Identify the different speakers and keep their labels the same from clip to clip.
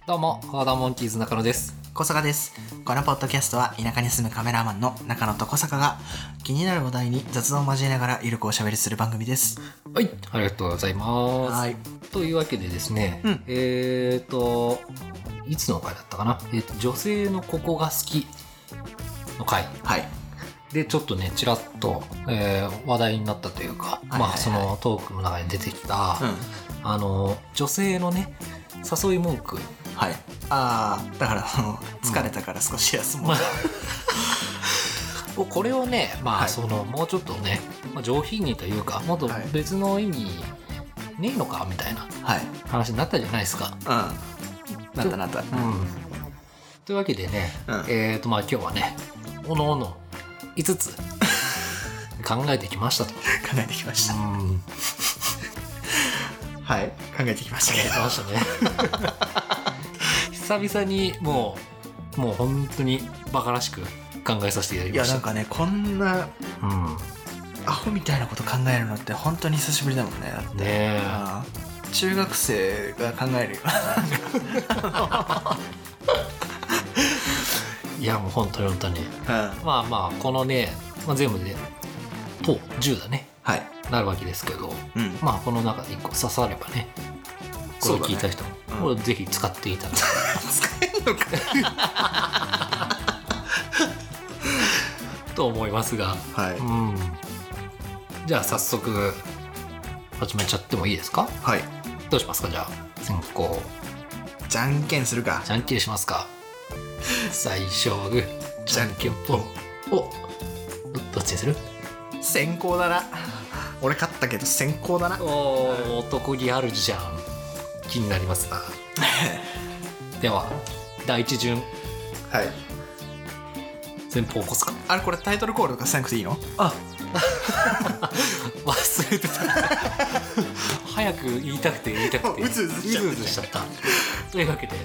Speaker 1: どうも、ハーダーモンキーズ中野です。
Speaker 2: 小坂です。このポッドキャストは田舎に住むカメラマンの中野と小坂が気になる話題に雑談を交えながらゆるくおしゃべりする番組です。
Speaker 1: はい、ありがとうございます。
Speaker 2: はい。
Speaker 1: というわけでですね、いつの回だったかな、女性のここが好きの回。
Speaker 2: はい。
Speaker 1: で、ちょっとね、ちらっと、話題になったというか、そのトークの中に出てきた、女性のね、誘い文句。
Speaker 2: はい。だから疲れたから少し休もう。
Speaker 1: これをね、もうちょっとね、上品にというか、もっと別の意味ねえのかみたいな話になったじゃないですか。
Speaker 2: なった。
Speaker 1: というわけでね、今日はね、おのおの5つ考えてきましたと。
Speaker 2: 考えてきました。はい、考えてきました
Speaker 1: ね。久々にもう本当にバカらしく考えさせていただきました。
Speaker 2: いや、なんかね、こんな、アホみたいなこと考えるのって本当に久しぶりだもんね。だって
Speaker 1: ね
Speaker 2: 中学生が考えるよ。
Speaker 1: いや、もう本当に、このね、全部でと10だね、なるわけですけど、この中で1個刺さればね、これを聞いた人も、これぜひ使っていただきたい。
Speaker 2: 使えんのか
Speaker 1: と思いますが、じゃあ早速始めちゃってもいいですか？
Speaker 2: はい。
Speaker 1: どうしますか？じゃあ先行
Speaker 2: じゃんけんするか。
Speaker 1: じゃんけんしますか。最初はグー、じゃんけんポン。どっちにする？
Speaker 2: 先行だな。俺勝ったけど先行だな。
Speaker 1: 男気あるじゃん。気になりますな。では第一順、前方起こすか。
Speaker 2: あれ、これタイトルコールとかしなくていいの？
Speaker 1: 忘れてた。早く言いたくてうずうずしちゃった。というわけで、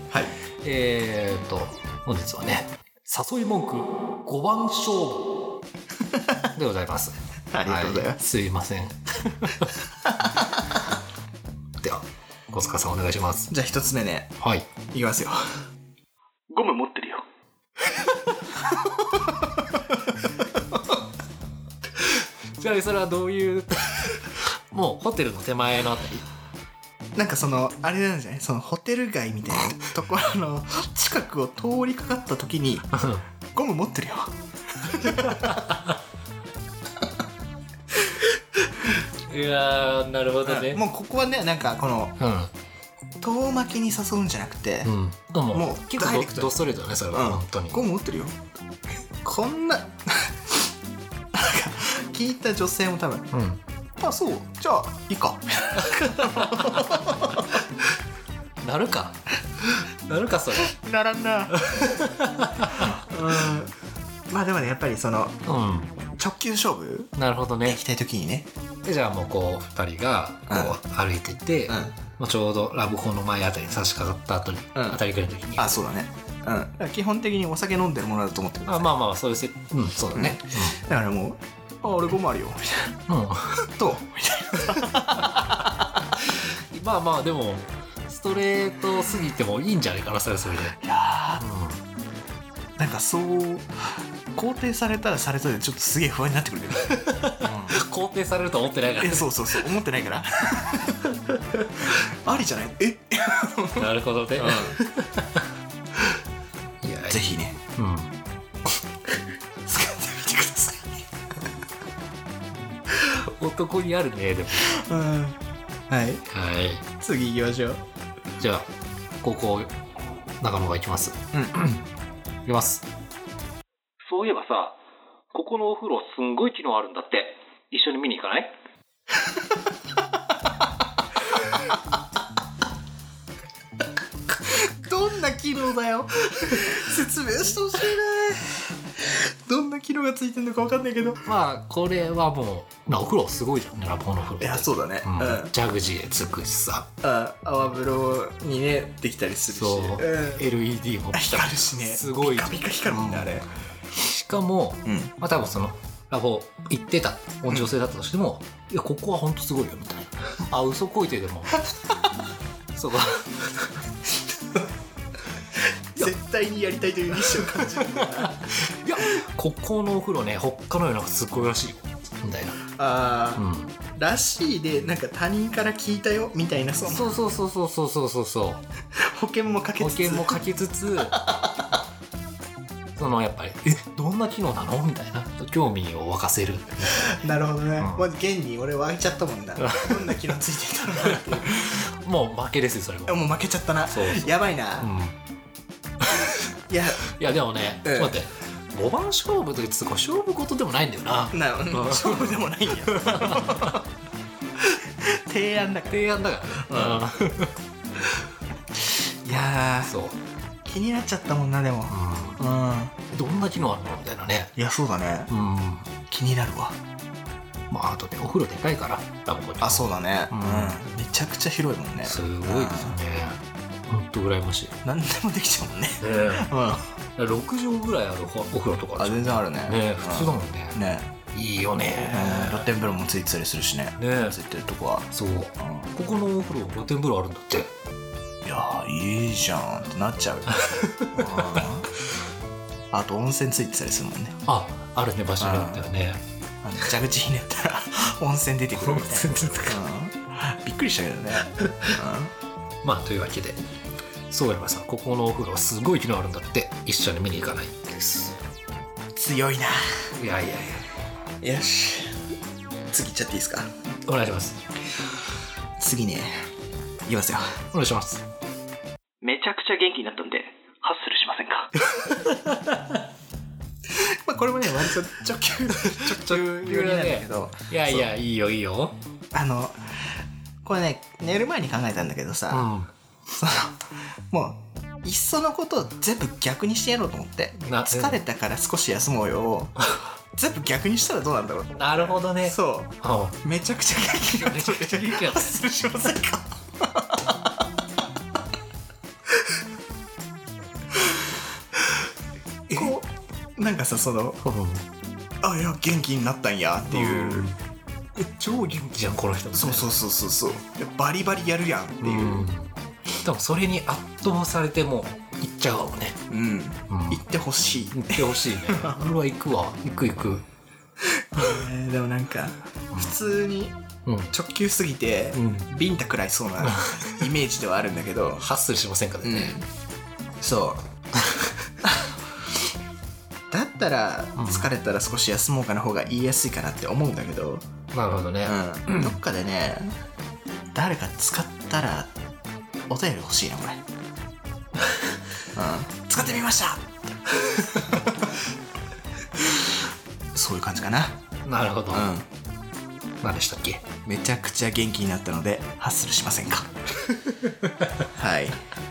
Speaker 1: 本日はね、誘い文句5番勝負でございます。
Speaker 2: ありがとうございます。
Speaker 1: すいません。では小塚さんお願いします。
Speaker 2: じゃあ一つ目ね。いきますよ。ゴム持ってるよ。
Speaker 1: じゃあそれはどういうもうホテルの手前のあたり、
Speaker 2: なんかあれなんじゃない？そのホテル街みたいなところの近くを通りかかった時にゴム持ってるよ。
Speaker 1: いやー、なるほどね。
Speaker 2: もうここはね、なんかこの遠巻きに誘うんじゃなくて、
Speaker 1: もう結構ドストレートだね、それは。本当に
Speaker 2: ゴム持ってるよ。こんななんか聞いた女性も多分、あ、そう、じゃあいいか。
Speaker 1: なるかそれ。
Speaker 2: ならんな。でもね、やっぱり直球勝負、
Speaker 1: なるほどね。
Speaker 2: 行きたい時にね。
Speaker 1: じゃあもうこう2人がこう歩いてて、ちょうどラブホの前あたりに差し掛かった後に、あたりぐらいの時に、
Speaker 2: そうだね。基本的にお酒飲んでるものだと思ってください。
Speaker 1: そういうそうだね。
Speaker 2: だからもう、俺ゴムあるよみたいな。どうみたい
Speaker 1: な。でもストレートすぎてもいいんじゃないかな、それで。
Speaker 2: いやなんかそう肯定されたらされたでちょっとすげえ不安になってくるけど。
Speaker 1: 肯定されると思ってないから。
Speaker 2: そう思ってないから。ありじゃない？
Speaker 1: なるほどね。
Speaker 2: ぜひね、使ってみてください。
Speaker 1: 男にあるね、でも。
Speaker 2: 次行きましょう。
Speaker 1: じゃあここ中野が行きます。行きます。そういえばさ、ここのお風呂すんごい機能あるんだって。一緒に見に行かない？
Speaker 2: どんな機能だよ。説明してほしいね。どんな機能がついてるのか分かんないけど、
Speaker 1: これはもうお風呂すごいじゃんね、ラブホの風呂。
Speaker 2: いや、そうだね。
Speaker 1: ジャグジーつくしさ、
Speaker 2: 泡風呂にねできたりするし、
Speaker 1: LED も
Speaker 2: 光るしね。
Speaker 1: すごい
Speaker 2: ピカピカ光るもんね、あれ。
Speaker 1: しかも多分ラボ行ってた女性だったとしても、いやここは本当すごいよみたいな、嘘こいてでもそこ
Speaker 2: 絶対にやりたいという意志を感じるんだな。い
Speaker 1: やここのお風呂ね他のよりすっごいらしいよみたいな。
Speaker 2: ああ、らしいでなんか他人から聞いたよみたいな。
Speaker 1: そう保険もかけつつそのやっぱりどんな機能なのみたいな興味を沸かせる。
Speaker 2: なるほどね。もう現に俺湧いちゃったもんだ。どんな機能ついてたのかっていう。
Speaker 1: もう負けですよそれも。
Speaker 2: もう負けちゃったな。やばいな。い
Speaker 1: やでもね、ちょっと待って、5番勝負と言って勝負事でもないんだよな。
Speaker 2: 勝負でもないんや。提案だからね。いやそう気になっちゃったもんな。でも
Speaker 1: どんな機能あるのみたいなね。
Speaker 2: いやそうだね。気になるわ。
Speaker 1: まああとねお風呂でかいからラボコちゃん。
Speaker 2: そうだね。めちゃくちゃ広いもんね。
Speaker 1: すごいですよね。ほんと羨ましい。
Speaker 2: 何でもできちゃうもんね。
Speaker 1: 6畳ぐらいあるお風呂とか
Speaker 2: 全然あるね。
Speaker 1: 普通だもんね。いいよね。
Speaker 2: 露天風呂もついてたりするしね。ついてるとこは。
Speaker 1: そうここのお風呂露天風呂あるんだって。
Speaker 2: いやいいじゃんってなっちゃう。あと温泉ついてたりするもんね。あ
Speaker 1: るね場所によってはね。
Speaker 2: 蛇口ひねったら温泉出てくるみたいな。びっくりしたけどね。
Speaker 1: まあというわけでそういえばさここのお風呂はすごい機能あるんだって。一緒に見に行かないです。
Speaker 2: 強いな。
Speaker 1: いや
Speaker 2: よし次いっちゃっていいですか。
Speaker 1: お願いします。
Speaker 2: 次ねいきますよ。
Speaker 1: お願いします。
Speaker 2: めちゃくちゃ元気になったんでハッスルしませんか。まあこれもね割と直球寄りなんだけど。
Speaker 1: いやいいよ。
Speaker 2: これね寝る前に考えたんだけどさ、もういっそのことを全部逆にしてやろうと思って。疲れたから少し休もうよ全部逆にしたらどうなんだろう。
Speaker 1: なるほどね。
Speaker 2: そうめちゃくちゃ元気になったんでハッスルしませんか。こうなんかさいや元気になったんやっていう。
Speaker 1: 超元気じゃんこの人。
Speaker 2: そうバリバリやるやんっていう。
Speaker 1: 多分それに圧倒されても行っちゃうかもね。
Speaker 2: 行ってほしいね。
Speaker 1: 俺は行くわ。行く。
Speaker 2: でもなんか普通に直球すぎてビンタ食らいそうなイメージではあるんだけど。
Speaker 1: ハッスルしませんかね。
Speaker 2: そうだったら疲れたら少し休もうかな方が言いやすいかなって思うんだけど。
Speaker 1: なるほどね。
Speaker 2: どっかでね誰か使ったらお便り欲しいなこれ。使ってみましたそういう感じかな。
Speaker 1: なるほど。何でしたっけ。
Speaker 2: めちゃくちゃ元気になったのでハッスルしませんか。はい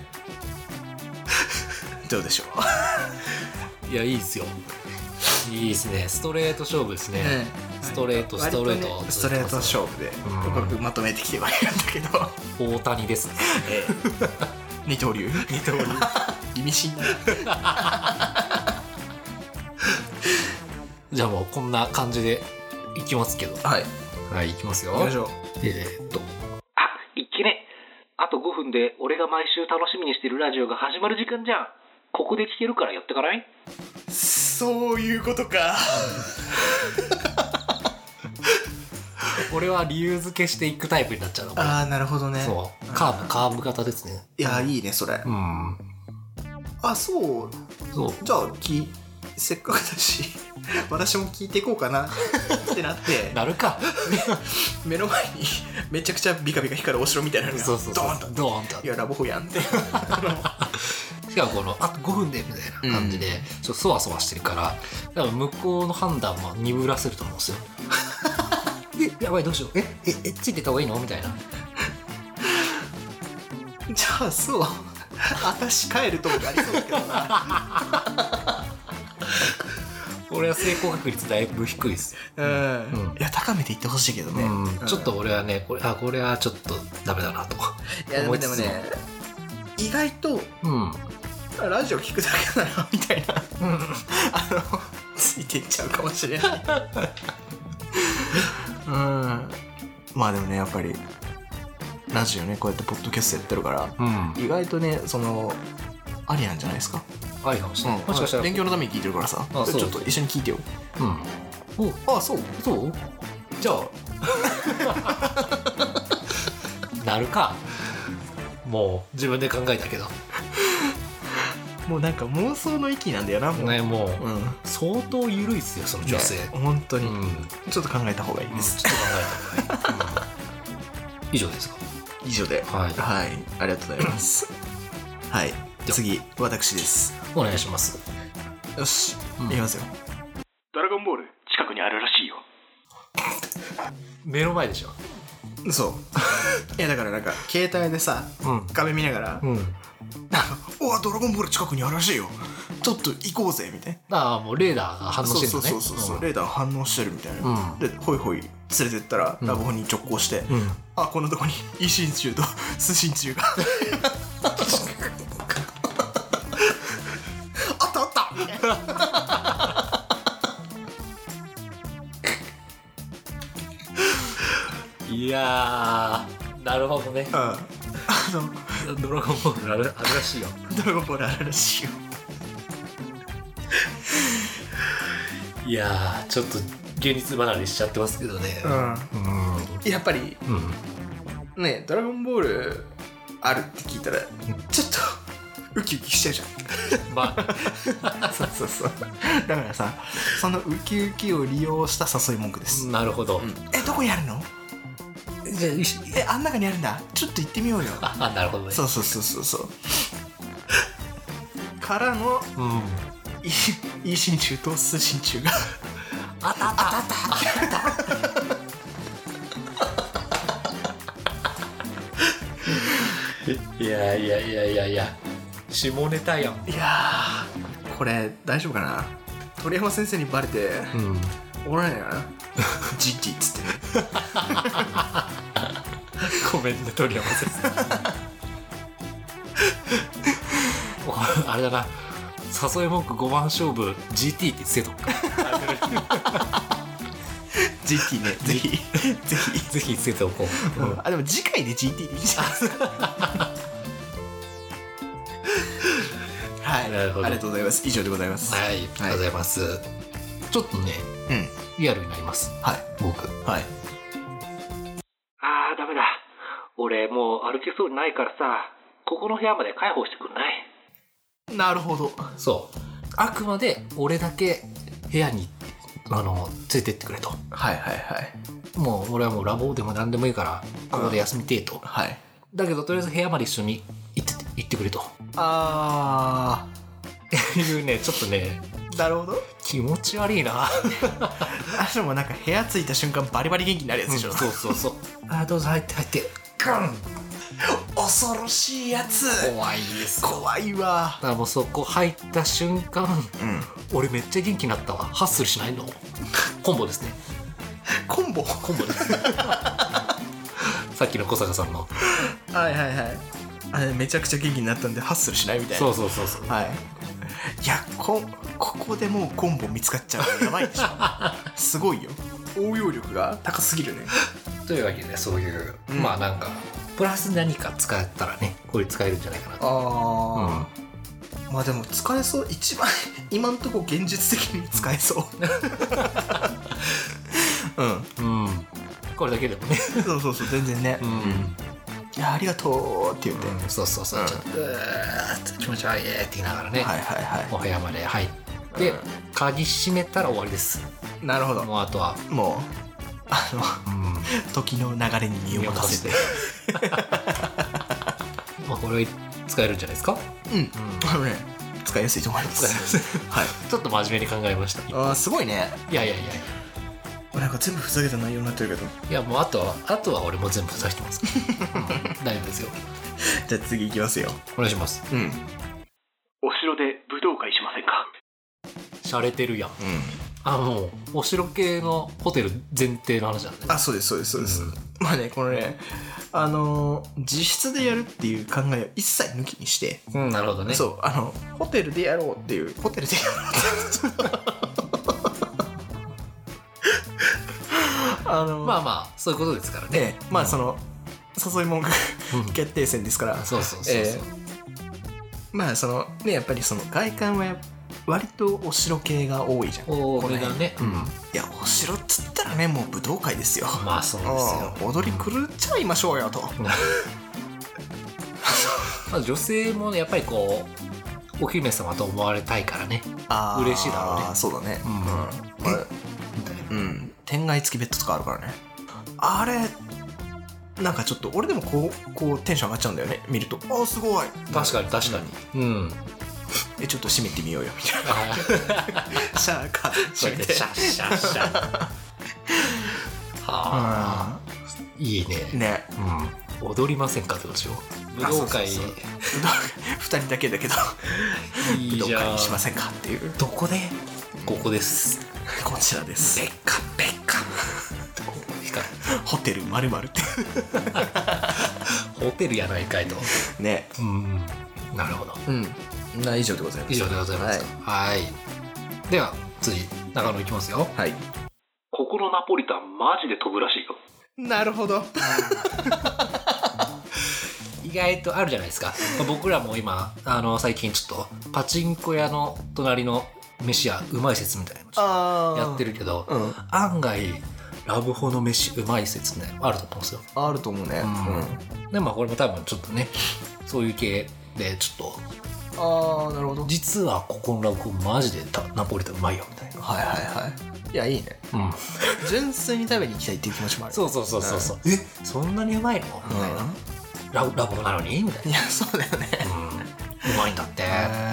Speaker 2: どうでしょ
Speaker 1: う。いやいいっすよ。いいですね。ストレート勝負ですね。ストレート勝負
Speaker 2: で僕まとめてきてはいるんだけど。
Speaker 1: 大谷ですね。
Speaker 2: 二刀流意味深だな。
Speaker 1: じゃあもうこんな感じでいきますけど。はいいきますよ。
Speaker 2: いき
Speaker 1: ね。あと5分で俺が毎週楽しみにしてるラジオが始まる時間じゃん。ここで聞けるからやってかない？
Speaker 2: そういうことか。
Speaker 1: 俺は理由付けしていくタイプになっちゃうの。
Speaker 2: なるほどね。
Speaker 1: そうカーブ型ですね。
Speaker 2: いやいいねそれ。そうじゃあせっかくだし私も聞いていこうかなってなって
Speaker 1: なるか。
Speaker 2: 目の前にめちゃくちゃビカビカ光るお城みたいなのがドーンといやラボホやんってし
Speaker 1: かもあと5分でみたいな感じでちょっとそわそわしてるから多分向こうの判断も鈍らせると思うんですよ。やばいどうしようついてた方がいいのみたいな。
Speaker 2: じゃあそう私帰るとこありそうだけどな。
Speaker 1: 俺は成功確率だいぶ低いです。
Speaker 2: いや高めていってほしいけどね。
Speaker 1: ちょっと俺はねこれはちょっとダメだなと
Speaker 2: 思いつつも。でもね意外とラジオ聞くだけだなみたいなついていっちゃうかもしれない。まあでもねやっぱりラジオねこうやってポッドキャストやってるから、意外とねありなんじゃないですか。
Speaker 1: ありかもしれない、もしかしたら
Speaker 2: 勉強のために聞いてるからさ、ちょっと一緒に聞いてよ。そう
Speaker 1: じゃあなるか、もう自分で考えたけど、
Speaker 2: もうなんか妄想の域なんだよな、もう
Speaker 1: ね、もう、相当緩いっすよその女性、
Speaker 2: 本当に、ちょっと考えた方がいいです、
Speaker 1: ちょっと考えた方がいい、以上ですか。
Speaker 2: 以上で、はい、ありがとうございますはい、次私です。
Speaker 1: お願いします。
Speaker 2: よし、いきますよ。ドラゴンボール近くにあるらしいよ。
Speaker 1: 目の前でしょ。
Speaker 2: そういやだからなんか携帯でさ、画面見ながら、おわドラゴンボール近くにあるらしいよ、ちょっと行こうぜみたいな。
Speaker 1: ああ、もうレーダーが反応してるのね。
Speaker 2: そうレーダー反応してるみたいな、でホイホイ連れてったら、ラブホに直行して、あ、こんなとこにイシンチュウとスシンチュウがあったあったみたい
Speaker 1: ないやー、なるほどね。ドラゴンボールあるらしいよ。
Speaker 2: ドラゴンボールあるらしいよ。
Speaker 1: いやー、ちょっと現実離れしちゃってますけどね。
Speaker 2: やっぱり、ね、ドラゴンボールあるって聞いたら、ちょっとウキウキしちゃうじゃん。まあそうだからさ、そのウキウキを利用した誘い文句です。
Speaker 1: なるほど。
Speaker 2: どこにあるの？あん中にあるんだ、ちょっと行ってみようよ。
Speaker 1: あ、なるほどね。
Speaker 2: そうからの、イシンチュウとスシンチュウがあった
Speaker 1: いや下ネタやん。
Speaker 2: いやー、これ大丈夫かな。鳥山先生にバレて、怒らないかな。ジッティっつってね。
Speaker 1: ごめんね鳥山先生。あれだな、誘い文句5番勝負 GT って言ってとか。
Speaker 2: GT ね、ぜひ
Speaker 1: 言っておこう。
Speaker 2: あ、でも次回で GT でいいじゃん。はい、なるほど、ありがとうございます。以上でございます。
Speaker 1: はい、ありがとうございます。ちょっとね、リアルになります。はい、僕。はい。ダメだ。俺もう歩けそうにないからさ、ここの部屋まで開放してくんない？
Speaker 2: なるほど。
Speaker 1: そう。あくまで俺だけ部屋に連れてってくれと。もう俺はもうラボでも何でもいいからここで休みてえと。だけどとりあえず部屋まで一緒に行ってくれと。いうね、ちょっとね。
Speaker 2: なるほど。
Speaker 1: 気持ち悪いな。
Speaker 2: でもなんか部屋着いた瞬間バリバリ元気になるやつでしょ。
Speaker 1: そう。どうぞ入って。ガン。
Speaker 2: 恐ろしいやつ。
Speaker 1: 怖いです。
Speaker 2: 怖いわ。
Speaker 1: だからもうそこ入った瞬間、俺めっちゃ元気になったわ。ハッスルしないの？コンボですね。
Speaker 2: コンボ
Speaker 1: ですね。さっきの小坂さんの。
Speaker 2: あれめちゃくちゃ元気になったんでハッスルしないみたいな。
Speaker 1: そう。
Speaker 2: いや、ここでもうコンボ見つかっちゃうのやばいでしょ。すごいよ。応用力が高すぎるね。
Speaker 1: というわけでそういう、まあなんかプラス何か使ったらね、これ使えるんじゃないかなと。
Speaker 2: まあでも使えそう。一番今んとこ現実的に使えそう。
Speaker 1: これだけでもね。
Speaker 2: そう全然ね。いや、ありがとうって言って、
Speaker 1: そうちょっと気持ち悪いって言いながらね、お部屋まで入って鍵閉めたら終わりです。
Speaker 2: なるほど。
Speaker 1: もうあとは
Speaker 2: もう時の流れに身を任せて。
Speaker 1: まあこれ使えるんじゃないですか。
Speaker 2: 使いやすいと思います。
Speaker 1: ちょっと真面目に考えました。
Speaker 2: すごいね。
Speaker 1: いや
Speaker 2: なんか全部ふざけた内容になってるけど。
Speaker 1: いや、もうあとは俺も全部ふざけてます。大丈夫ですよ。
Speaker 2: じゃあ次いきますよ。
Speaker 1: お願いします。
Speaker 2: お城で武道会しませんか？
Speaker 1: 洒落てるやん。もうお城系のホテル前提の話なんで。
Speaker 2: そうです。まあね、このね、自室でやるっていう考えを一切抜きにして。
Speaker 1: なるほどね。
Speaker 2: そう、ホテルでやろうっていう、ホテルでやろうって。
Speaker 1: まあそういうことですからね。
Speaker 2: まあその誘い文句決定戦ですから。
Speaker 1: そう。
Speaker 2: まあそのねやっぱりその外観は割とお城系が多いじゃん。
Speaker 1: これがね、
Speaker 2: いやお城っつったらねもう武道会ですよ。
Speaker 1: まあそうですよ。
Speaker 2: 踊り狂っちゃいましょうよと。
Speaker 1: まあ女性もねやっぱりこうお姫様と思われたいからね、嬉しいだろうね。
Speaker 2: そうだね。天蓋付きベッドとかあるからね。あれなんかちょっと俺でもこうテンション上がっちゃうんだよね見ると。あすごい。
Speaker 1: 確かに
Speaker 2: ちょっと閉めてみようよみたいな。シャーカー閉めて
Speaker 1: シャッシャッシャッはあ、いいね。
Speaker 2: ね、
Speaker 1: 踊りませんかってことでしょ。武道会
Speaker 2: 2人だけだけど
Speaker 1: いいじゃん。
Speaker 2: 武道会にしませんかっていう。
Speaker 1: どこで？ここです。
Speaker 2: こちらです。
Speaker 1: ベッカ
Speaker 2: ホテル〇〇って
Speaker 1: ホテルやないかいと
Speaker 2: ね。
Speaker 1: なるほど。
Speaker 2: 以上でございます。
Speaker 1: 以上でございます。はい。では次長野いきますよ。
Speaker 2: はい。
Speaker 1: ここのナポリタンマジで飛ぶらしいよ。
Speaker 2: なるほど。
Speaker 1: 意外とあるじゃないですか。僕らも今最近ちょっとパチンコ屋の隣の飯屋うまい説みたいなのやってるけど、案外ラブホの飯うまい説みたいなのあると思うんですよ。
Speaker 2: あると思うね。
Speaker 1: でこれも多分ちょっとねそういう系でちょっ
Speaker 2: となるほど。
Speaker 1: 実はここのラブホマジでナポリタンうまいよみたいな。
Speaker 2: いやいいね。純粋に食べに行きたいっていう気持ちもある。
Speaker 1: そうそんなにうまいのみたいな。ラブホなのにみたいな。
Speaker 2: いやそうだよね。
Speaker 1: うまいんだって。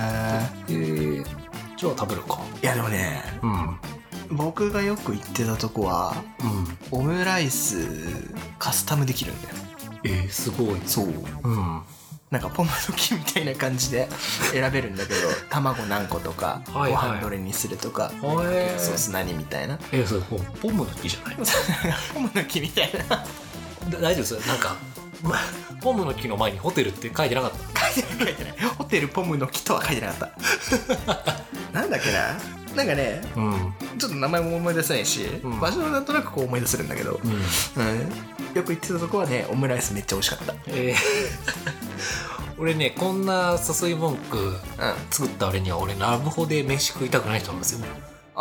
Speaker 1: じゃあ食べるか。
Speaker 2: いやでもね、僕がよく行ってたとこは、オムライスカスタムできるんだよ。
Speaker 1: すごい。
Speaker 2: そう。なんかポムの木みたいな感じで選べるんだけど卵何個とかご飯どれにするとかソース何みたいな。
Speaker 1: それポムの木じゃない？
Speaker 2: ポムの木みたいな。
Speaker 1: 大丈夫です。なんかポムの木の前にホテルって書いてなかった？
Speaker 2: 書いてない。ホテルポムの木とは書いてなかった。なんだっけな。なんかね、ちょっと名前も思い出せないし、場所はなんとなくこう思い出せるんだけど、よく行ってたとこはね、オムライスめっちゃ美味しかった。
Speaker 1: 俺ね、こんな誘い文句作った俺には、俺ラブホで飯食いたくない人なんですよ。ま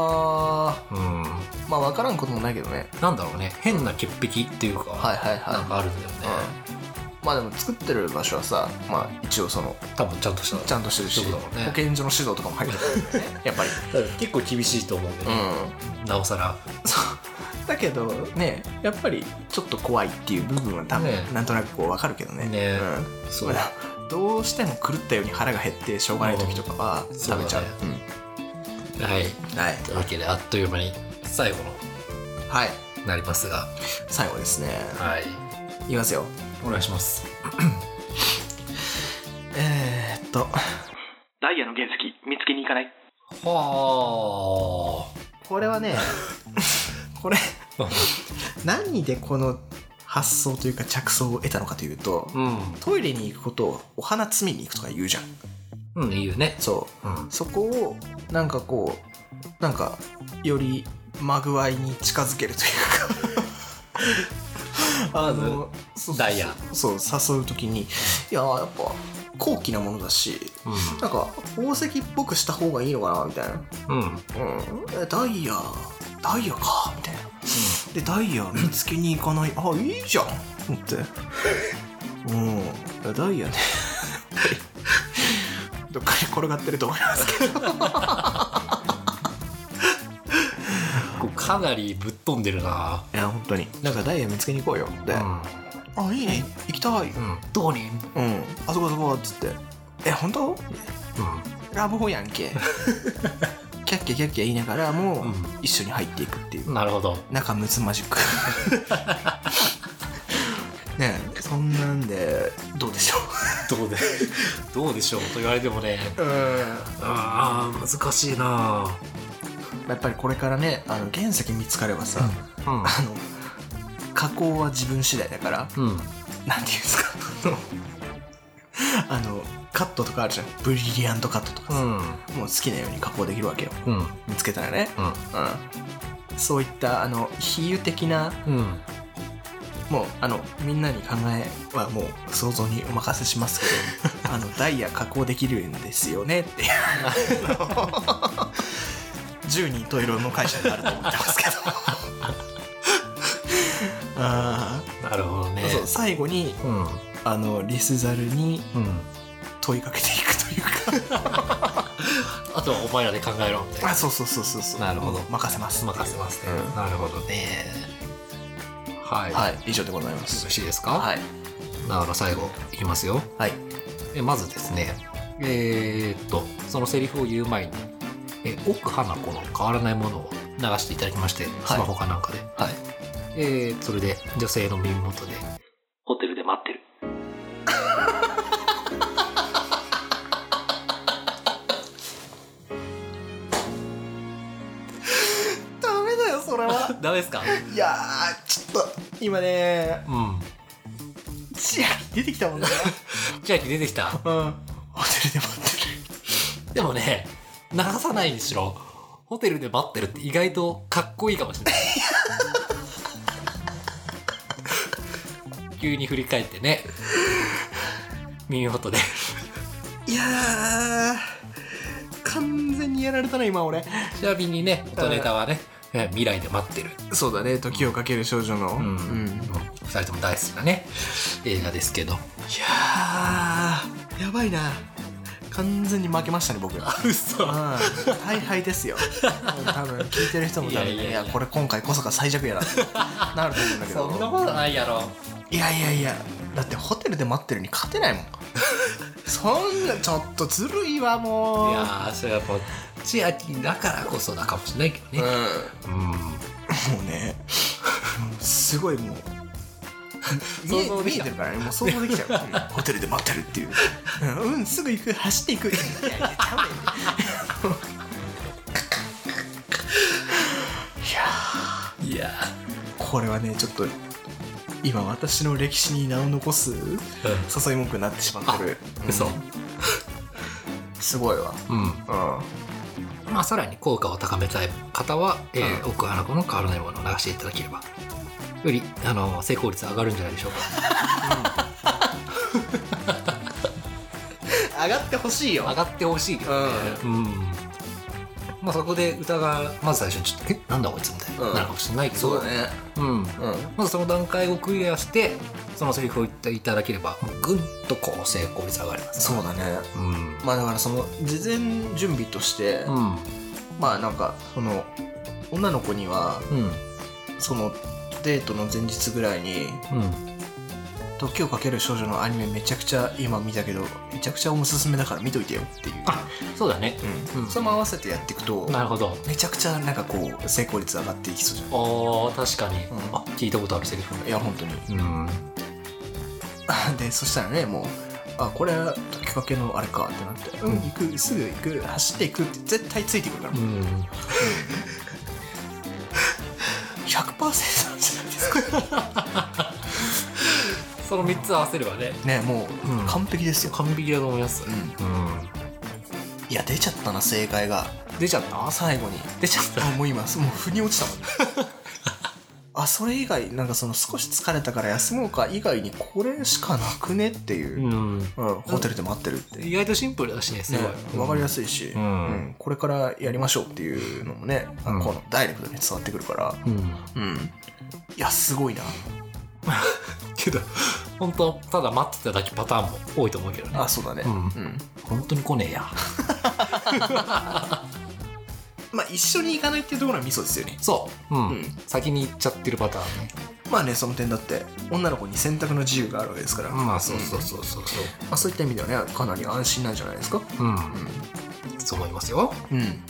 Speaker 2: あ分からんこともないけどね。
Speaker 1: なんだろうね、変な潔癖っていうか、なんかあるんだよね。
Speaker 2: まあでも作ってる場所はさ、まあ一応その
Speaker 1: 多分ちゃんとしてるし、保
Speaker 2: 健所の指導とかも入ってるね。やっぱり
Speaker 1: 結構厳しいと思うんでね。なおさら。
Speaker 2: そうだけどね、やっぱりちょっと怖いっていう部分は多分なんとなくこう分かるけどね。そうだ。どうしても狂ったように腹が減ってしょうがない時とかは食べちゃう。
Speaker 1: はい。というわけであっという間に最後のなりますが、
Speaker 2: 最後ですね。いきますよ。
Speaker 1: お願いします。
Speaker 2: ダイヤの原石見つけに行かない？
Speaker 1: はあ。
Speaker 2: これはね、これ何でこの発想というか着想を得たのかというと、トイレに行くことをお花摘みに行くとか言うじゃん。
Speaker 1: 言うね。
Speaker 2: そう、そこをなんかこうなんかよりまぐわいに近づけるというか
Speaker 1: ダイヤ
Speaker 2: そう誘うときに、いややっぱ高貴なものだし、なんか宝石っぽくした方がいいのかなみたいな。ダイヤかみたいな。でダイヤ見つけに行かない。いいじゃんと思ってダイヤねどっかに転がってると思いますけど
Speaker 1: かなりぶっ飛んでるな。
Speaker 2: いや本当になんかダイヤ見つけに行こうよで、いいね行きたい、
Speaker 1: どこに？
Speaker 2: あそこっつって本当？ラブホやんけキャッキャ言いながらも一緒に入っていくっていう。
Speaker 1: なるほど。
Speaker 2: 仲睦まじくねえ、そんなんでどうでしょ
Speaker 1: うどうでしょうと言われてもね、難しいな。
Speaker 2: やっぱりこれからね原石見つかればさ、加工は自分次第だから、なんていうんですかカットとかあるじゃん。ブリリアントカットとかさ、もう好きなように加工できるわけよ、見つけたらね、そういった比喩的なもうみんなに考えはもう想像にお任せしますけどダイヤ加工できるんですよねっていう10人十色の会社になると思ってますけど
Speaker 1: なるほどね。
Speaker 2: そう最後に、リスザルに問いかけていくというか
Speaker 1: あとはお前らで考えろみたいな。
Speaker 2: そう
Speaker 1: なるほど、
Speaker 2: 任せます
Speaker 1: ね、なるほどね。はい、
Speaker 2: 以上でございます。
Speaker 1: よろしいですか。
Speaker 2: はい。
Speaker 1: だから最後いきますよ。
Speaker 2: はい。
Speaker 1: まずですね、そのセリフを言う前に奥花子の変わらないものを流していただきまして、スマホかなんかで、
Speaker 2: はい、
Speaker 1: それで女性の耳元でホテルで待ってる
Speaker 2: ダメだよそれは
Speaker 1: ダメですか。
Speaker 2: いやちょっと今ね千秋出てきたもんね
Speaker 1: 千秋出てきた。
Speaker 2: ホテルで待って
Speaker 1: る。でもね、流さないにしろホテルで待ってるって意外とかっこいいかもしれない急に振り返ってね、耳元で
Speaker 2: いや完全にやられたな今俺。
Speaker 1: ちなみにね、元ネタはね、未来で待ってる。
Speaker 2: そうだね、時をかける少女の、
Speaker 1: 2人とも大好きなね映画ですけど。い
Speaker 2: ややばいな、完全に負けましたね僕。
Speaker 1: 嘘。
Speaker 2: 大敗ですよ多分聞いてる人も多分いやこれ今回こそが最弱やなってなると思うんだけど
Speaker 1: そんなことないやろ。
Speaker 2: いやだってホテルで待ってるに勝てないもんそんなちょっとずるいわもう。
Speaker 1: いやそれはやっぱ千秋だからこそだかもしれないけどね。
Speaker 2: もうねすごいもう見えてるからね、もう想像できちゃうホテルで待ってるっていうすぐ行く、走っていくいやこれはねちょっと今私の歴史に名を残す誘い文句になってしまってる。
Speaker 1: 嘘。
Speaker 2: すごいわ。
Speaker 1: まあさらに効果を高めたい方は奥花子の変わらないものを流していただければより成功率上がるんじゃないでしょうか。
Speaker 2: 上がってほしいよ。
Speaker 1: 上がってほしいけどね。まあそこで歌がまず最初にちょっとなんだこいつみたいになるかもしれないけど、
Speaker 2: そうだね。
Speaker 1: まずその段階をクリアしてそのセリフを言っていただければぐんとこう成功率上がります。
Speaker 2: そうだね。まあだからその事前準備として、まあなんかその女の子にはそのデートの前日ぐらいに時をかける少女のアニメめちゃくちゃ今見たけどめちゃくちゃおすすめだから見といてよっていう。
Speaker 1: そうだね。
Speaker 2: それも合わせてやっていくと、
Speaker 1: なるほど、
Speaker 2: めちゃくちゃなんかこう成功率上がっていきそうじゃん。
Speaker 1: 確かに、聞いたことあるセリフ。
Speaker 2: いや本当に。でそしたらねもうこれは時かけのあれかってなって、行く、すぐ行く、走っていくって絶対ついてくるから、100% なんじゃないですか。
Speaker 1: その3つ合わせればね
Speaker 2: もう完璧ですよ。
Speaker 1: 完璧だと思います。
Speaker 2: いや出ちゃったな、正解が
Speaker 1: 出ちゃった。
Speaker 2: 最後に
Speaker 1: 出ちゃった。
Speaker 2: もう今もう腑に落ちたもんねそれ以外なんかその少し疲れたから休もうか以外にこれしかなくねっていう、ホテルで待ってるって
Speaker 1: 意外とシンプルだしね、すごい
Speaker 2: 分かりやすいし、これからやりましょうっていうのもね、このダイレクトに伝わってくるから、いやすごいな
Speaker 1: けど本当ただ待ってただけパターンも多いと思うけどね。
Speaker 2: そうだね。
Speaker 1: 本当に来ねえや
Speaker 2: まあ一緒に行かないっていうところはミソですよね。
Speaker 1: そう、先に行っちゃってるパターンね。
Speaker 2: まあね、その点だって女の子に選択の自由があるわけですから、
Speaker 1: そう
Speaker 2: そういった意味ではねかなり安心なんじゃないですか。
Speaker 1: そう思いますよ。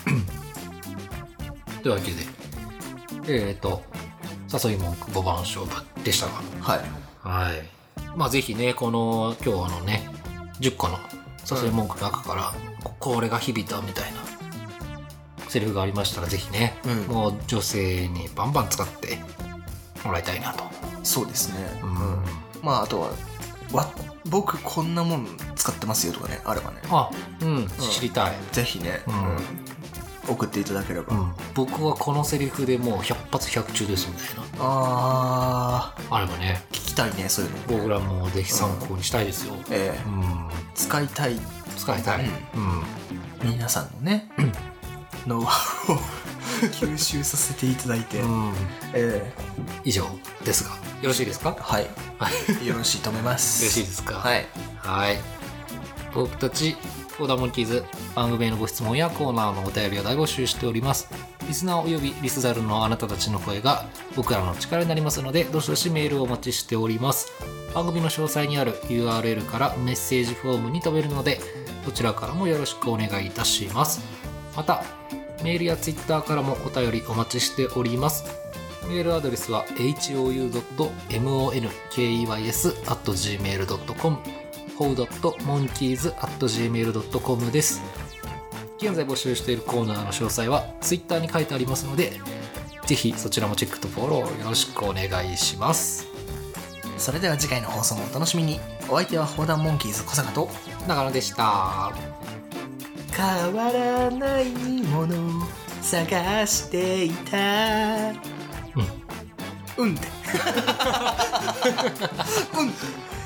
Speaker 1: というわけで誘い文句5番勝負でしたが、まあぜひねこの今日のね10個の誘い文句の中から、これが響いたみたいなセリフがありましたらぜひね、もう女性にバンバン使ってもらいたいなと。
Speaker 2: そうですね。まああとは僕こんなもん使ってますよとかねあればね、
Speaker 1: 知りたい。
Speaker 2: ぜひね、 送っていただければ、
Speaker 1: 僕はこのセリフでもう100発100中ですみたいな
Speaker 2: あ
Speaker 1: ればね
Speaker 2: 聞きたいね、そういうの
Speaker 1: 僕らもぜひ参考にしたいですよ、
Speaker 2: 使いたい、皆さんのね、ノウハウを吸収させていただいて、
Speaker 1: 以上ですがよろしいですか？
Speaker 2: はいよろしいと思います
Speaker 1: よろしいですか？
Speaker 2: はい
Speaker 1: 僕たちコーダーモンキーズ、番組へのご質問やコーナーのお便りを大募集しております。リスナーおよびリスザルのあなたたちの声が僕らの力になりますので、どしどしメールをお待ちしております。番組の詳細にある URL からメッセージフォームに飛べるので、どちらからもよろしくお願いいたします。またメールやツイッターからもお便りお待ちしております。メールアドレスは hou.monkeys@gmail.com how.monkeys@gmail.com です。現在募集しているコーナーの詳細はツイッターに書いてありますので、ぜひそちらもチェックとフォローよろしくお願いします。
Speaker 2: それでは次回の放送もお楽しみに。お相手は砲弾モンキーズ小坂と
Speaker 1: 長野でした。
Speaker 2: 変わらないもの探していた。って